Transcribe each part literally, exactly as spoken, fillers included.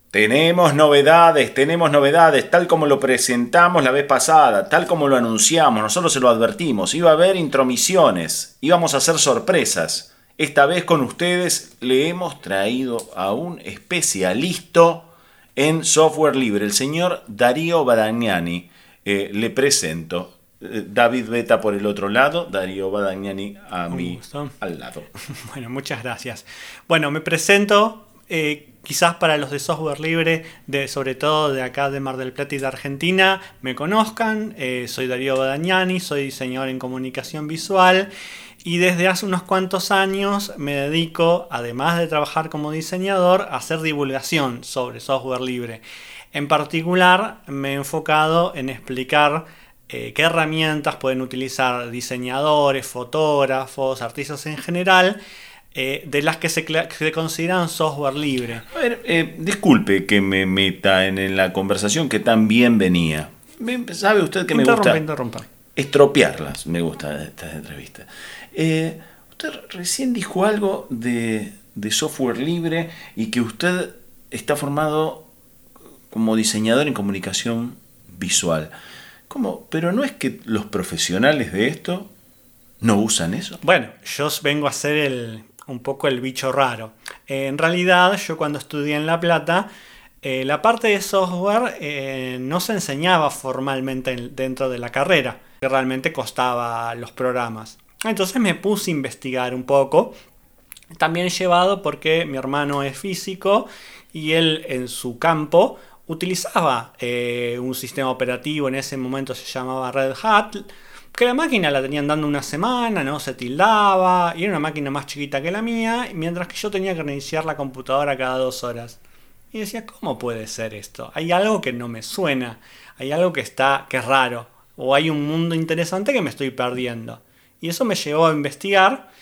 Tenemos novedades, tenemos novedades, tal como lo presentamos la vez pasada, tal como lo anunciamos, nosotros se lo advertimos, iba a haber intromisiones, íbamos a hacer sorpresas. Esta vez con ustedes le hemos traído a un especialista en software libre, el señor Darío Badagnani. Eh, le presento. David Beta por el otro lado, Darío Badagnani a mí al lado. Bueno, muchas gracias. Bueno, me presento, eh, quizás para los de software libre, de, sobre todo de acá de Mar del Plata y de Argentina, me conozcan. Eh, soy Darío Badagnani, soy diseñador en comunicación visual y desde hace unos cuantos años me dedico, además de trabajar como diseñador, a hacer divulgación sobre software libre. En particular, me he enfocado en explicar Eh, qué herramientas pueden utilizar diseñadores, fotógrafos, artistas en general, eh, de las que se, se consideran software libre. A ver, eh, disculpe que me meta en, en la conversación que tan bien venía. ¿Sabe usted que me interrumpa, gusta? Interrumpa. Estropearlas, me gusta de estas entrevistas. Eh, usted recién dijo algo de, de software libre y que usted está formado como diseñador en comunicación visual. ¿Cómo? ¿Pero no es que los profesionales de esto no usan eso? Bueno, yo vengo a ser el, un poco el bicho raro. Eh, en realidad, yo cuando estudié en La Plata, eh, la parte de software eh, no se enseñaba formalmente en, dentro de la carrera, que realmente costaba los programas. Entonces me puse a investigar un poco, también llevado porque mi hermano es físico y él en su campo utilizaba eh, un sistema operativo, en ese momento se llamaba Red Hat, que la máquina la tenían dando una semana, no se tildaba, y era una máquina más chiquita que la mía, mientras que yo tenía que reiniciar la computadora cada dos horas. Y decía, ¿cómo puede ser esto? Hay algo que no me suena, hay algo que está que es raro, o hay un mundo interesante que me estoy perdiendo. Y eso me llevó a investigar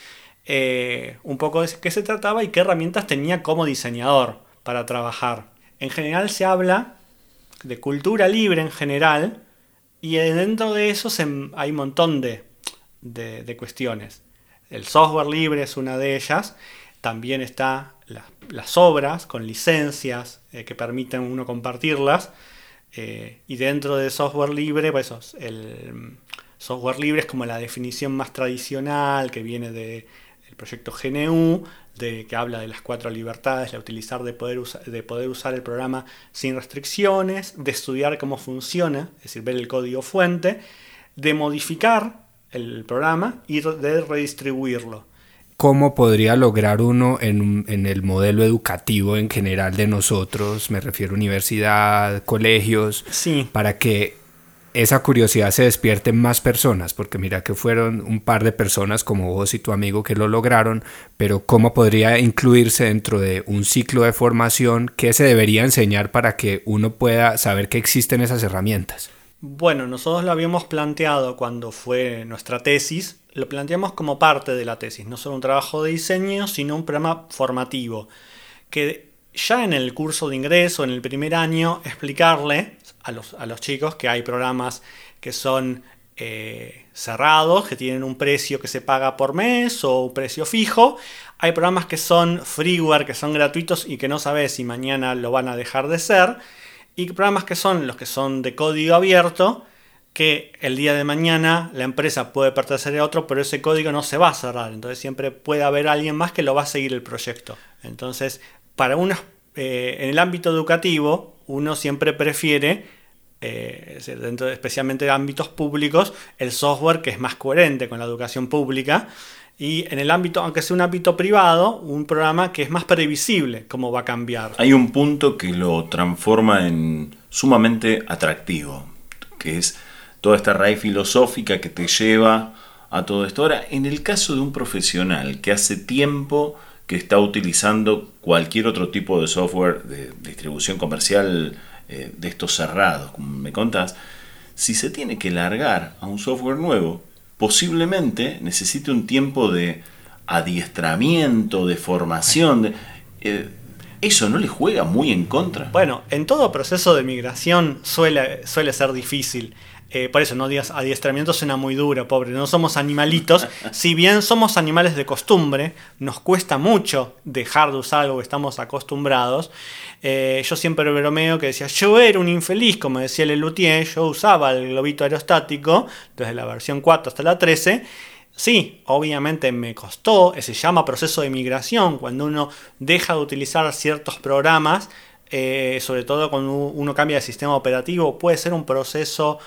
eh, un poco de qué se trataba y qué herramientas tenía como diseñador para trabajar. En general se habla de cultura libre en general y dentro de eso se, hay un montón de, de, de cuestiones. El software libre es una de ellas. También está la, las obras con licencias eh, que permiten uno compartirlas. Eh, y dentro de software libre, pues eso, el software libre es como la definición más tradicional que viene del proyecto G N U, de, que habla de las cuatro libertades, de utilizar, de poder, usa, de poder usar el programa sin restricciones, de estudiar cómo funciona, es decir, ver el código fuente, de modificar el programa y de redistribuirlo. ¿Cómo podría lograr uno en, en el modelo educativo en general de nosotros, me refiero a universidad, colegios, sí, para que esa curiosidad se despierte en más personas? Porque mira que fueron un par de personas como vos y tu amigo que lo lograron, pero ¿cómo podría incluirse dentro de un ciclo de formación? ¿Qué se debería enseñar para que uno pueda saber que existen esas herramientas? Bueno, nosotros lo habíamos planteado cuando fue nuestra tesis, lo planteamos como parte de la tesis, no solo un trabajo de diseño, sino un programa formativo, que ya en el curso de ingreso, en el primer año, explicarle a los, a los chicos que hay programas que son eh, cerrados, que tienen un precio que se paga por mes o un precio fijo. Hay programas que son freeware, que son gratuitos y que no sabes si mañana lo van a dejar de ser. Y programas que son los que son de código abierto, que el día de mañana la empresa puede pertenecer a otro, pero ese código no se va a cerrar. Entonces siempre puede haber alguien más que lo va a seguir el proyecto. Entonces, para unos, eh, en el ámbito educativo, uno siempre prefiere, eh, dentro de, especialmente de ámbitos públicos, el software que es más coherente con la educación pública. Y en el ámbito, aunque sea un ámbito privado, un programa que es más previsible cómo va a cambiar. Hay un punto que lo transforma en sumamente atractivo, que es toda esta raíz filosófica que te lleva a todo esto. Ahora, en el caso de un profesional que hace tiempo que está utilizando cualquier otro tipo de software de distribución comercial eh, de estos cerrados, como me contás, si se tiene que largar a un software nuevo, posiblemente necesite un tiempo de adiestramiento, de formación. De, eh, ¿Eso no le juega muy en contra? Bueno, en todo proceso de migración suele, suele ser difícil. Eh, por eso, no digas adiestramiento, suena muy duro, pobre. No somos animalitos. Si bien somos animales de costumbre, nos cuesta mucho dejar de usar algo que estamos acostumbrados. Eh, yo siempre bromeo que decía, yo era un infeliz, como decía Lelutier, yo usaba el globito aerostático desde la versión cuatro hasta la trece. Sí, obviamente me costó, se llama proceso de migración, cuando uno deja de utilizar ciertos programas, eh, sobre todo cuando uno cambia de sistema operativo, puede ser un proceso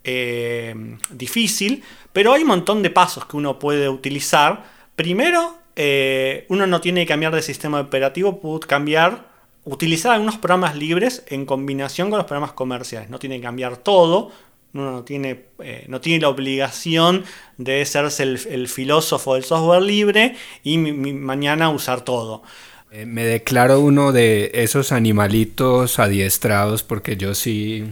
Eh, difícil, pero hay un montón de pasos que uno puede utilizar. Primero, eh, uno no tiene que cambiar de sistema operativo, puede cambiar, utilizar algunos programas libres en combinación con los programas comerciales. No tiene que cambiar todo, uno no tiene, eh, no tiene la obligación de serse el, el filósofo del software libre y mi, mi, mañana usar todo. Eh, me declaro uno de esos animalitos adiestrados porque yo sí...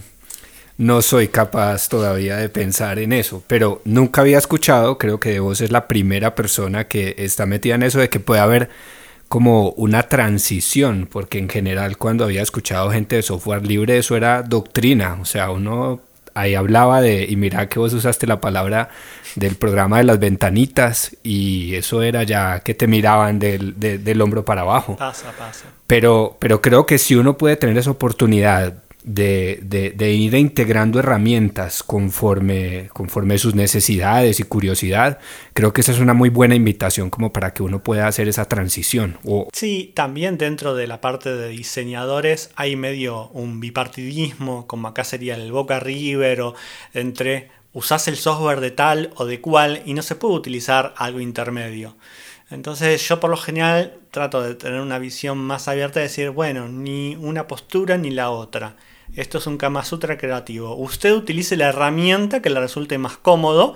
no soy capaz todavía de pensar en eso, pero nunca había escuchado, creo que de vos es la primera persona que está metida en eso de que puede haber como una transición, porque en general cuando había escuchado gente de software libre eso era doctrina, o sea, uno ahí hablaba de, y mira que vos usaste la palabra del programa de las ventanitas y eso era ya que te miraban del, de, del hombro para abajo. Pasa, pasa. Pero, pero creo que si uno puede tener esa oportunidad De, de, de ir integrando herramientas conforme, conforme sus necesidades y curiosidad, creo que esa es una muy buena invitación como para que uno pueda hacer esa transición. O... Sí, también dentro de la parte de diseñadores hay medio un bipartidismo, como acá sería el Boca River, o entre usás el software de tal o de cual y no se puede utilizar algo intermedio. Entonces yo por lo general trato de tener una visión más abierta y decir, bueno, ni una postura ni la otra. Esto es un Kama Sutra creativo. Usted utilice la herramienta que le resulte más cómodo.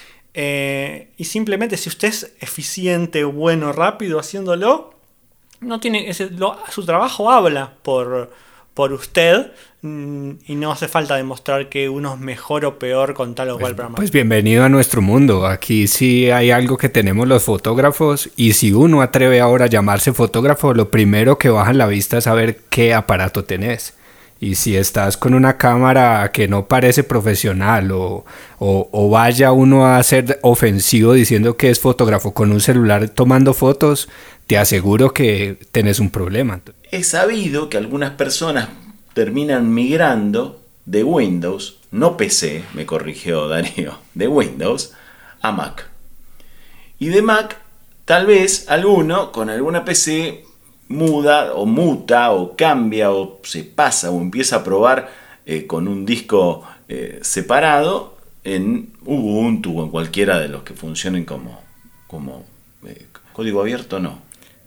Eh, y simplemente si usted es eficiente, bueno, rápido haciéndolo, no tiene ese, lo, su trabajo habla por, por usted. Y no hace falta demostrar que uno es mejor o peor con tal o cual pues, programa. Pues bienvenido a nuestro mundo. Aquí sí hay algo que tenemos los fotógrafos. Y si uno atreve ahora a llamarse fotógrafo, lo primero que baja en la vista es saber qué aparato tenés. Y si estás con una cámara que no parece profesional o, o, o vaya uno a ser ofensivo diciendo que es fotógrafo con un celular tomando fotos, te aseguro que tenés un problema. He sabido que algunas personas terminan migrando de Windows, no P C, me corrigió Darío, de Windows a Mac. Y de Mac, tal vez alguno con alguna P C muda o muta o cambia o se pasa o empieza a probar eh, con un disco eh, separado en Ubuntu o en cualquiera de los que funcionen como, como eh, código abierto, no.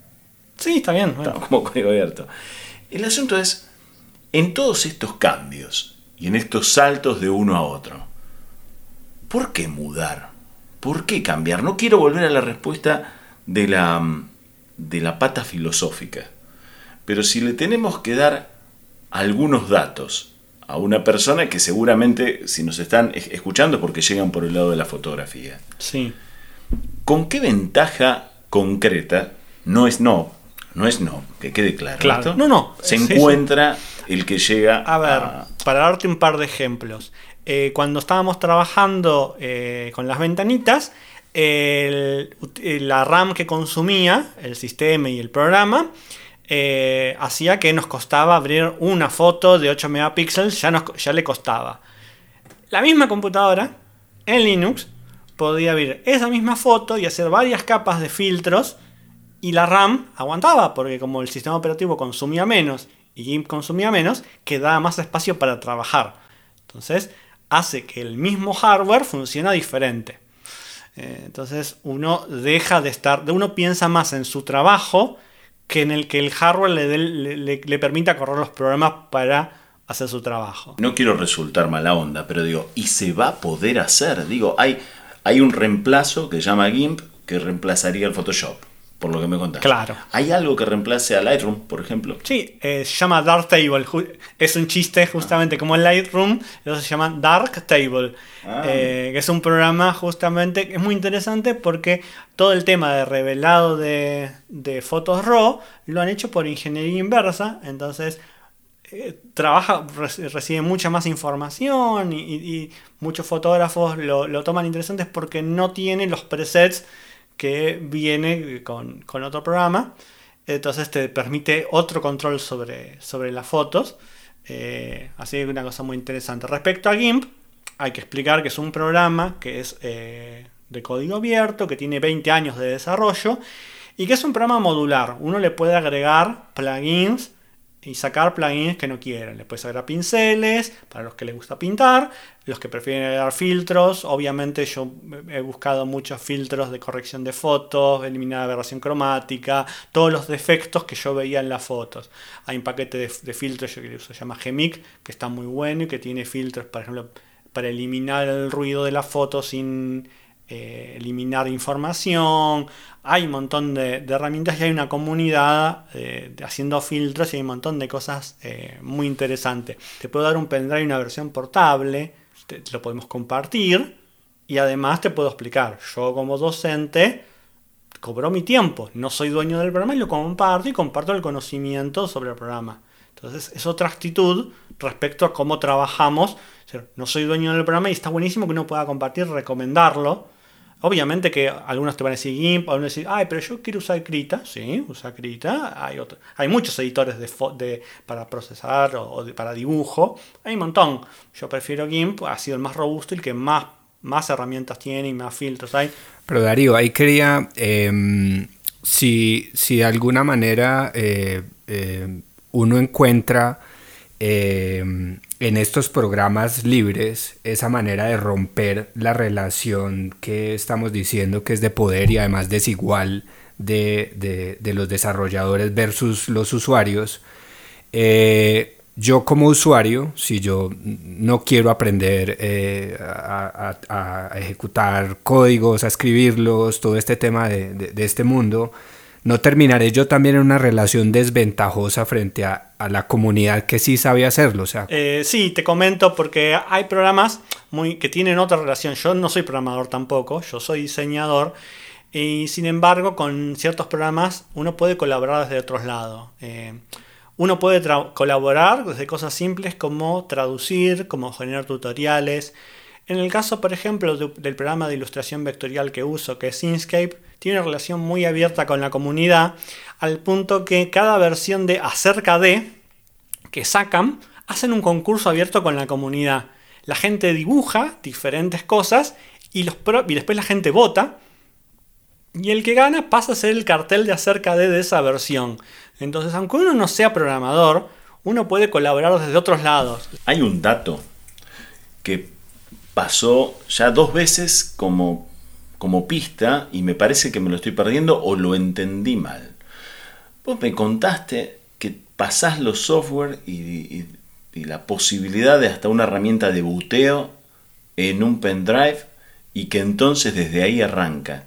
Sí, está bien. Bueno. No, como código abierto. El asunto es, en todos estos cambios y en estos saltos de uno a otro, ¿por qué mudar? ¿Por qué cambiar? No quiero volver a la respuesta de la... de la pata filosófica, pero si le tenemos que dar algunos datos a una persona que seguramente si nos están escuchando porque llegan por el lado de la fotografía, sí. ¿Con qué ventaja concreta, no es no, no es no, que quede claro, claro. ¿esto? No, no, se es encuentra eso. El que llega a ver, a... para darte un par de ejemplos, eh, cuando estábamos trabajando eh, con las ventanitas, El, la RAM que consumía el sistema y el programa eh, hacía que nos costaba abrir una foto de ocho megapíxeles, ya, nos, ya le costaba. La misma computadora en Linux podía abrir esa misma foto y hacer varias capas de filtros y la RAM aguantaba porque como el sistema operativo consumía menos y GIMP consumía menos, quedaba más espacio para trabajar. Entonces hace que el mismo hardware funcione diferente. Entonces uno deja de estar, uno piensa más en su trabajo que en el que el hardware le, dé, le, le permita correr los programas para hacer su trabajo. No quiero resultar mala onda, pero digo, ¿y se va a poder hacer? Digo, hay, hay un reemplazo que se llama GIMP que reemplazaría el Photoshop, por lo que me contaste. Claro. ¿Hay algo que reemplace a Lightroom, por ejemplo? Sí, eh, se llama Darktable. Es un chiste justamente ah. como en Lightroom, eso se llama Darktable. Ah. Eh, que es un programa justamente que es muy interesante porque todo el tema de revelado de, de fotos RAW lo han hecho por ingeniería inversa. Entonces eh, trabaja, re- recibe mucha más información y, y muchos fotógrafos lo, lo toman interesante porque no tiene los presets que viene con, con otro programa. Entonces te permite otro control sobre, sobre las fotos. Eh, así que una cosa muy interesante. Respecto a GIMP, hay que explicar que es un programa que es eh, de código abierto, que tiene veinte años de desarrollo y que es un programa modular. Uno le puede agregar plugins y sacar plugins que no quieren. Le puedes agregar pinceles para los que les gusta pintar, los que prefieren agregar filtros. Obviamente yo he buscado muchos filtros de corrección de fotos, eliminar aberración cromática, todos los defectos que yo veía en las fotos. Hay un paquete de, de filtros que se llama Gemic, que está muy bueno y que tiene filtros, por ejemplo, para eliminar el ruido de la foto sin eh, eliminar información. Hay un montón de, de herramientas y hay una comunidad eh, de haciendo filtros y hay un montón de cosas eh, muy interesantes. Te puedo dar un pendrive y una versión portable, te, te lo podemos compartir y además te puedo explicar. Yo como docente cobro mi tiempo, no soy dueño del programa y lo comparto y comparto el conocimiento sobre el programa. Entonces es otra actitud respecto a cómo trabajamos. O sea, no soy dueño del programa y está buenísimo que uno pueda compartir, recomendarlo. Obviamente que algunos te van a decir GIMP, algunos decir, ay, pero yo quiero usar Krita. Sí, usa Krita. Hay, otro, hay muchos editores de, de, para procesar o, o de, para dibujo. Hay un montón. Yo prefiero GIMP, ha sido el más robusto y el que más, más herramientas tiene y más filtros hay. Pero Darío, ahí quería, eh, si, si de alguna manera eh, eh, uno encuentra eh, en estos programas libres esa manera de romper la relación que estamos diciendo que es de poder y además desigual de, de, de los desarrolladores versus los usuarios. Eh, yo como usuario, si yo no quiero aprender eh, a, a, a ejecutar códigos, a escribirlos, todo este tema de, de, de este mundo, ¿no terminaré yo también en una relación desventajosa frente a, a la comunidad que sí sabe hacerlo? O sea, eh, sí, te comento porque hay programas muy, que tienen otra relación. Yo no soy programador tampoco, yo soy diseñador. Y sin embargo, con ciertos programas uno puede colaborar desde otros lados. Eh, uno puede tra- colaborar desde cosas simples como traducir, como generar tutoriales. En el caso, por ejemplo, de, del programa de ilustración vectorial que uso, que es Inkscape, tiene una relación muy abierta con la comunidad, al punto que cada versión de acerca de que sacan, hacen un concurso abierto con la comunidad. La gente dibuja diferentes cosas y, los pro- y después la gente vota. Y el que gana pasa a ser el cartel de acerca de, de esa versión. Entonces, aunque uno no sea programador, uno puede colaborar desde otros lados. Hay un dato que pasó ya dos veces como, como pista y me parece que me lo estoy perdiendo o lo entendí mal. Vos me contaste que pasás los software y, y, y la posibilidad de hasta una herramienta de buteo en un pendrive y que entonces desde ahí arranca.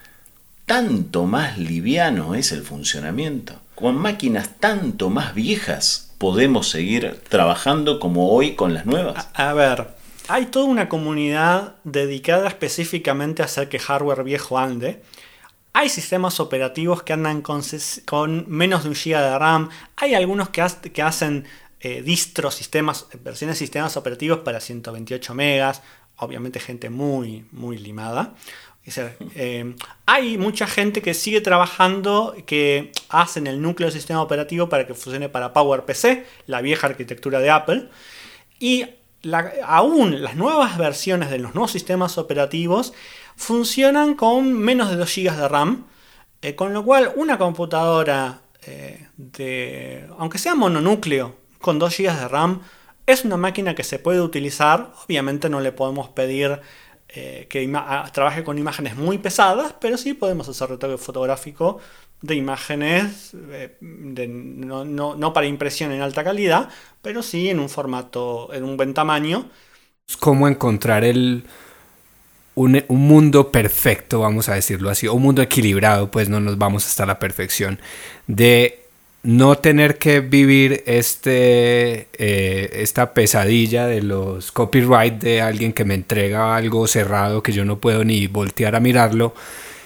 Tanto más liviano es el funcionamiento. Con máquinas tanto más viejas podemos seguir trabajando como hoy con las nuevas. A, a ver, hay toda una comunidad dedicada específicamente a hacer que hardware viejo ande. Hay sistemas operativos que andan con, con menos de un giga de RAM. Hay algunos que, ha, que hacen eh, distros, sistemas, versiones de sistemas operativos para ciento veintiocho megas. Obviamente gente muy, muy limada. Es decir, eh, hay mucha gente que sigue trabajando, que hacen el núcleo del sistema operativo para que funcione para PowerPC, la vieja arquitectura de Apple. Y la, aún las nuevas versiones de los nuevos sistemas operativos funcionan con menos de dos gigas de RAM, eh, con lo cual una computadora, eh, de, aunque sea mononúcleo, con dos gigas de RAM, es una máquina que se puede utilizar. Obviamente no le podemos pedir eh, que ima- trabaje con imágenes muy pesadas, pero sí podemos hacer retoque fotográfico de imágenes, eh, de, no, no, no para impresión en alta calidad, pero sí en un formato, en un buen tamaño. ¿Cómo encontrar el, un, un mundo perfecto, vamos a decirlo así, o un mundo equilibrado? Pues no nos vamos hasta la perfección, de no tener que vivir este, eh, esta pesadilla de los copyright de alguien que me entrega algo cerrado que yo no puedo ni voltear a mirarlo,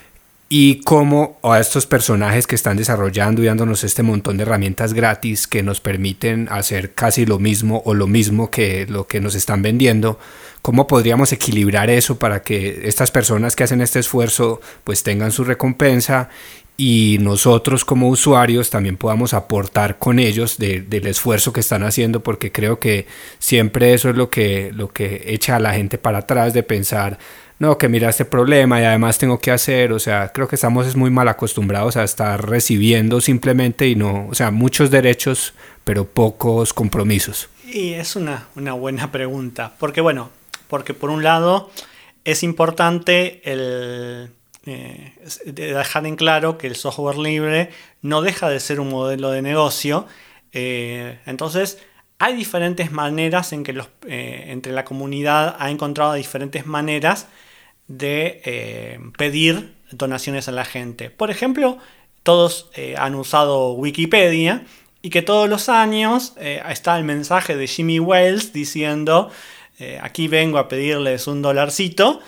y cómo a estos personajes que están desarrollando y dándonos este montón de herramientas gratis que nos permiten hacer casi lo mismo o lo mismo que lo que nos están vendiendo, cómo podríamos equilibrar eso para que estas personas que hacen este esfuerzo pues tengan su recompensa y nosotros como usuarios también podamos aportar con ellos de, del esfuerzo que están haciendo, porque creo que siempre eso es lo que, lo que echa a la gente para atrás, de pensar, no, que mira este problema y además tengo que hacer, o sea, creo que estamos es muy mal acostumbrados a estar recibiendo simplemente y no, o sea, muchos derechos pero pocos compromisos. Y es una, una buena pregunta, porque bueno, porque por un lado es importante el... Eh, dejar en claro que el software libre no deja de ser un modelo de negocio. Eh, entonces hay diferentes maneras en que los, eh, entre la comunidad ha encontrado diferentes maneras de eh, pedir donaciones a la gente. Por ejemplo, todos eh, han usado Wikipedia, y que todos los años eh, está el mensaje de Jimmy Wales diciendo eh, aquí vengo a pedirles un dolarcito.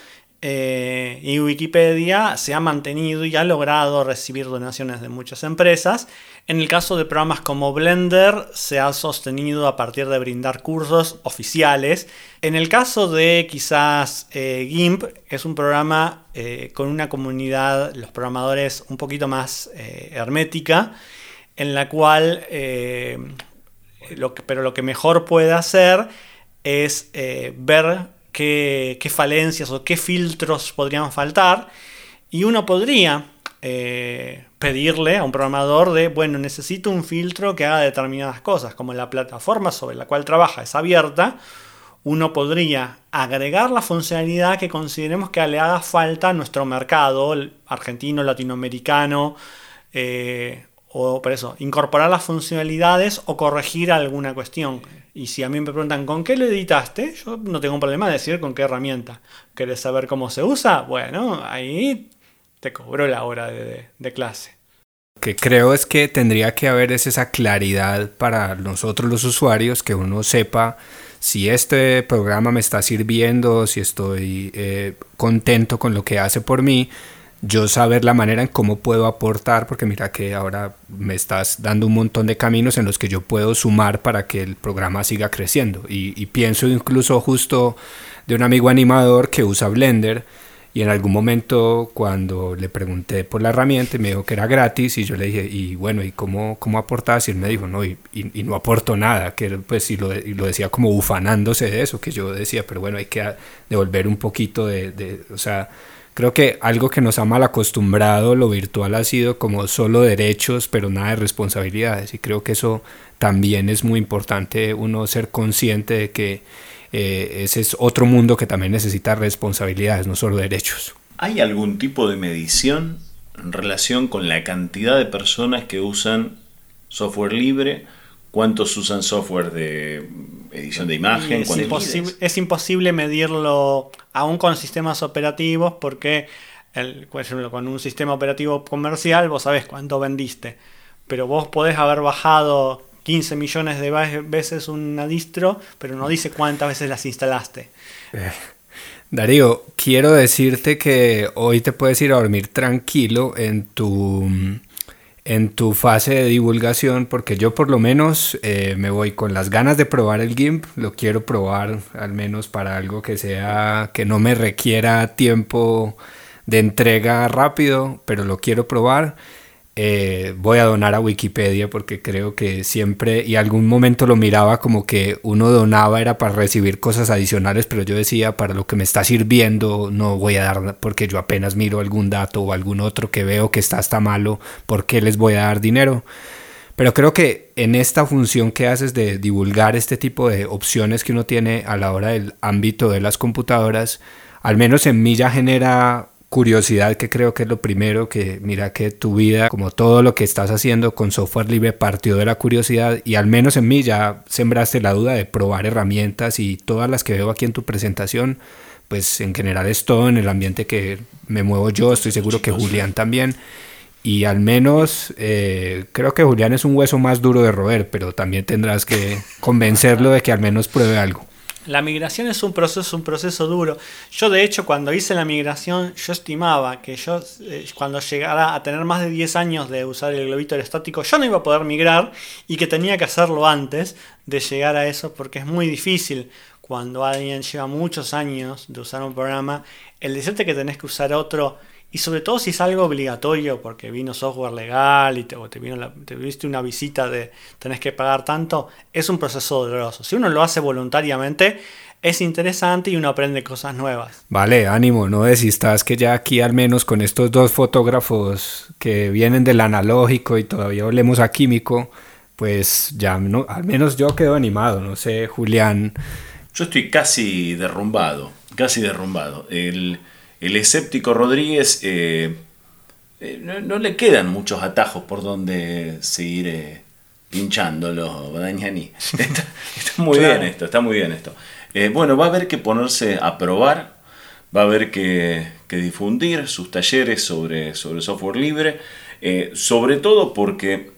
Eh, y Wikipedia se ha mantenido y ha logrado recibir donaciones de muchas empresas. En el caso de programas como Blender, se ha sostenido a partir de brindar cursos oficiales. En el caso de quizás eh, GIMP, es un programa eh, con una comunidad, los programadores, un poquito más eh, hermética, en la cual, eh, lo que, pero lo que mejor puede hacer es eh, ver Qué, qué falencias o qué filtros podrían faltar, y uno podría eh, pedirle a un programador de, bueno, necesito un filtro que haga determinadas cosas. Como la plataforma sobre la cual trabaja es abierta, uno podría agregar la funcionalidad que consideremos que le haga falta a nuestro mercado argentino, latinoamericano, eh, o por eso, incorporar las funcionalidades o corregir alguna cuestión. Y si a mí me preguntan ¿con qué lo editaste? Yo no tengo un problema de decir con qué herramienta. ¿Querés saber cómo se usa? Bueno, ahí te cobro la hora de, de, de clase. Lo que creo es que tendría que haber es esa claridad para nosotros los usuarios, que uno sepa si este programa me está sirviendo, si estoy eh, contento con lo que hace por mí. Yo saber la manera en cómo puedo aportar, porque mira que ahora me estás dando un montón de caminos en los que yo puedo sumar para que el programa siga creciendo. Y, y pienso incluso justo de un amigo animador que usa Blender, y en algún momento cuando le pregunté por la herramienta me dijo que era gratis, y yo le dije, y bueno, ¿y cómo, cómo aportas? Y él me dijo, no, y, y, y no aporto nada, que pues y lo, y lo decía como ufanándose de eso, que yo decía, pero bueno, hay que devolver un poquito de, de o sea... Creo que algo que nos ha mal acostumbrado lo virtual ha sido como solo derechos, pero nada de responsabilidades. Y creo que eso también es muy importante, uno ser consciente de que eh, ese es otro mundo que también necesita responsabilidades, no solo derechos. ¿Hay algún tipo de medición en relación con la cantidad de personas que usan software libre? ¿Cuántos usan software de edición de imagen? Es imposible, es imposible medirlo aún con sistemas operativos, porque el, por ejemplo, con un sistema operativo comercial vos sabés cuánto vendiste, pero vos podés haber bajado quince millones de veces una distro, pero no dice cuántas veces las instalaste. Eh, Darío, quiero decirte que hoy te puedes ir a dormir tranquilo en tu... en tu fase de divulgación, porque yo por lo menos eh, me voy con las ganas de probar el GIMP. Lo quiero probar al menos para algo que sea, que no me requiera tiempo de entrega rápido, pero lo quiero probar. Eh, voy a donar a Wikipedia, porque creo que siempre, y algún momento lo miraba como que uno donaba era para recibir cosas adicionales, pero yo decía, para lo que me está sirviendo no voy a dar, porque yo apenas miro algún dato o algún otro que veo que está hasta malo, ¿por qué les voy a dar dinero? Pero creo que en esta función que haces de divulgar este tipo de opciones que uno tiene a la hora del ámbito de las computadoras, al menos en mí ya genera curiosidad, que creo que es lo primero, que mira que tu vida, como todo lo que estás haciendo con software libre, partió de la curiosidad, y al menos en mí ya sembraste la duda de probar herramientas, y todas las que veo aquí en tu presentación, pues en general es todo en el ambiente que me muevo yo, estoy seguro que Julián también, y al menos eh, creo que Julián es un hueso más duro de roer, pero también tendrás que convencerlo de que al menos pruebe algo. La migración es un proceso, un proceso duro. Yo, de hecho, cuando hice la migración, yo estimaba que yo, eh, cuando llegara a tener más de diez años de usar el globito aerostático, yo no iba a poder migrar y que tenía que hacerlo antes de llegar a eso, porque es muy difícil cuando alguien lleva muchos años de usar un programa, el decirte que tenés que usar otro, y sobre todo si es algo obligatorio, porque vino software legal y te, o te, vino la, te viste una visita de tenés que pagar tanto, es un proceso doloroso. Si uno lo hace voluntariamente, es interesante y uno aprende cosas nuevas. Vale, ánimo, no desistas, que ya aquí al menos con estos dos fotógrafos que vienen del analógico y todavía olemos a químico, pues ya no, al menos yo quedo animado, no sé, Julián. Yo estoy casi derrumbado, casi derrumbado. El... El escéptico Rodríguez eh, eh, no, no le quedan muchos atajos por donde seguir eh, pinchándolo, Badañani. Está, está muy claro. bien esto, está muy bien esto. Eh, bueno, va a haber que ponerse a probar, va a haber que, que difundir sus talleres sobre, sobre software libre, eh, sobre todo porque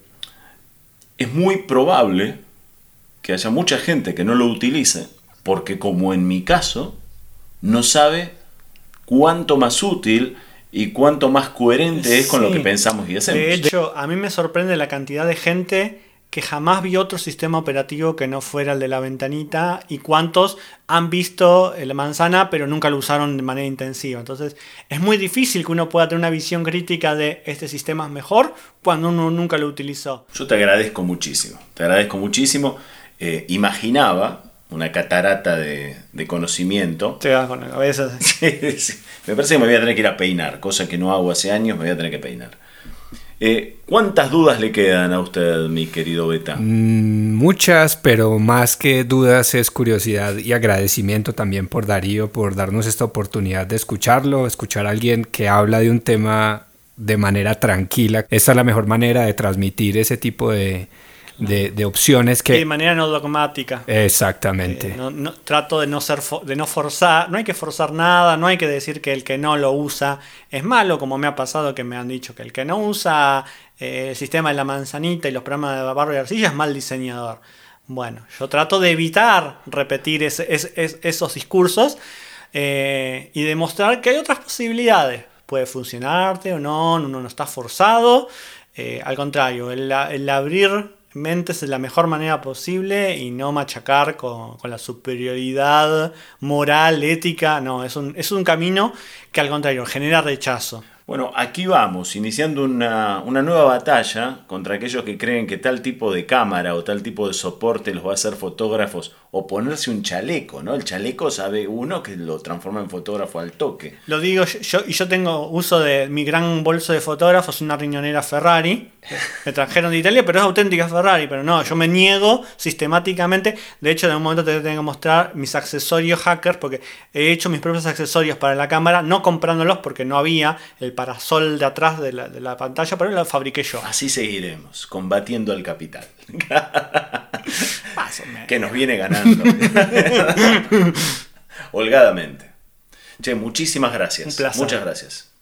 es muy probable que haya mucha gente que no lo utilice, porque como en mi caso, no sabe cuánto más útil y cuánto más coherente es con sí. lo que pensamos y hacemos. De hecho, a mí me sorprende la cantidad de gente que jamás vio otro sistema operativo que no fuera el de la ventanita y cuántos han visto la manzana pero nunca lo usaron de manera intensiva. Entonces, es muy difícil que uno pueda tener una visión crítica de este sistema es mejor cuando uno nunca lo utilizó. Yo te agradezco muchísimo, te agradezco muchísimo. Eh, imaginaba una catarata de, de conocimiento. Te vas con la cabeza. Sí, sí. Me parece que me voy a tener que ir a peinar, cosa que no hago hace años, me voy a tener que peinar. Eh, ¿Cuántas dudas le quedan a usted, mi querido Beta? Mm, muchas, pero más que dudas es curiosidad y agradecimiento también por Darío, por darnos esta oportunidad de escucharlo, escuchar a alguien que habla de un tema de manera tranquila. Esa es la mejor manera de transmitir ese tipo de... De, de opciones que... De manera no dogmática. Exactamente. Eh, no, no, trato de no, ser for, de no forzar, no hay que forzar nada, no hay que decir que el que no lo usa es malo, como me ha pasado que me han dicho que el que no usa eh, el sistema de la manzanita y los programas de barro y arcilla es mal diseñador. Bueno, yo trato de evitar repetir ese, ese, ese, esos discursos eh, y demostrar que hay otras posibilidades. Puede funcionarte o no, uno no está forzado. Eh, al contrario, el, el abrir mentes de la mejor manera posible y no machacar con, con la superioridad moral, ética. No, es un, es un camino que al contrario genera rechazo. Bueno, aquí vamos, iniciando una, una nueva batalla contra aquellos que creen que tal tipo de cámara o tal tipo de soporte los va a hacer fotógrafos, o ponerse un chaleco, ¿no? El chaleco sabe uno que lo transforma en fotógrafo al toque. Lo digo yo, y yo tengo uso de mi gran bolso de fotógrafos, una riñonera Ferrari, me trajeron de Italia, pero es auténtica Ferrari, pero no, yo me niego sistemáticamente. De hecho, en un momento te tengo que mostrar mis accesorios hackers, porque he hecho mis propios accesorios para la cámara, no comprándolos porque no había el parasol de atrás de la, de la pantalla, pero lo fabriqué yo. Así seguiremos, combatiendo al capital. Que nos viene ganando. Holgadamente. Che, muchísimas gracias. Un placer. Muchas gracias.